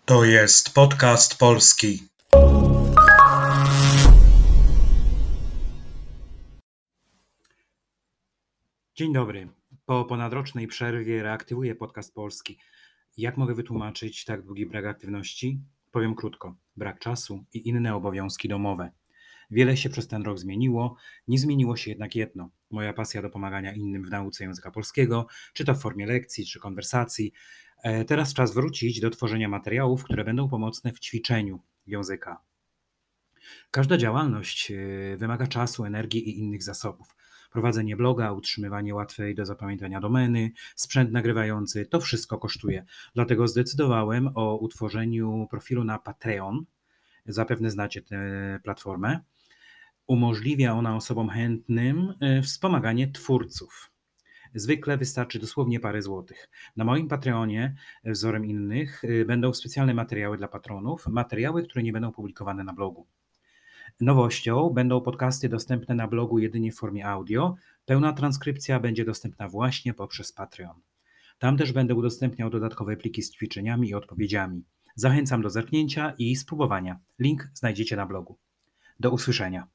To jest podcast polski. Dzień dobry. Po ponadrocznej przerwie reaktywuję podcast polski. Jak mogę wytłumaczyć tak długi brak aktywności? Powiem krótko. Brak czasu i inne obowiązki domowe. Wiele się przez ten rok zmieniło, nie zmieniło się jednak jedno. Moja pasja do pomagania innym w nauce języka polskiego, czy to w formie lekcji, czy konwersacji. Teraz czas wrócić do tworzenia materiałów, które będą pomocne w ćwiczeniu języka. Każda działalność wymaga czasu, energii i innych zasobów. Prowadzenie bloga, utrzymywanie łatwej do zapamiętania domeny, sprzęt nagrywający, to wszystko kosztuje. Dlatego zdecydowałem o utworzeniu profilu na Patreon. Zapewne znacie tę platformę. Umożliwia ona osobom chętnym wspomaganie twórców. Zwykle wystarczy dosłownie parę złotych. Na moim Patreonie, wzorem innych, będą specjalne materiały dla patronów, materiały, które nie będą publikowane na blogu. Nowością będą podcasty dostępne na blogu jedynie w formie audio. Pełna transkrypcja będzie dostępna właśnie poprzez Patreon. Tam też będę udostępniał dodatkowe pliki z ćwiczeniami i odpowiedziami. Zachęcam do zerknięcia i spróbowania. Link znajdziecie na blogu. Do usłyszenia.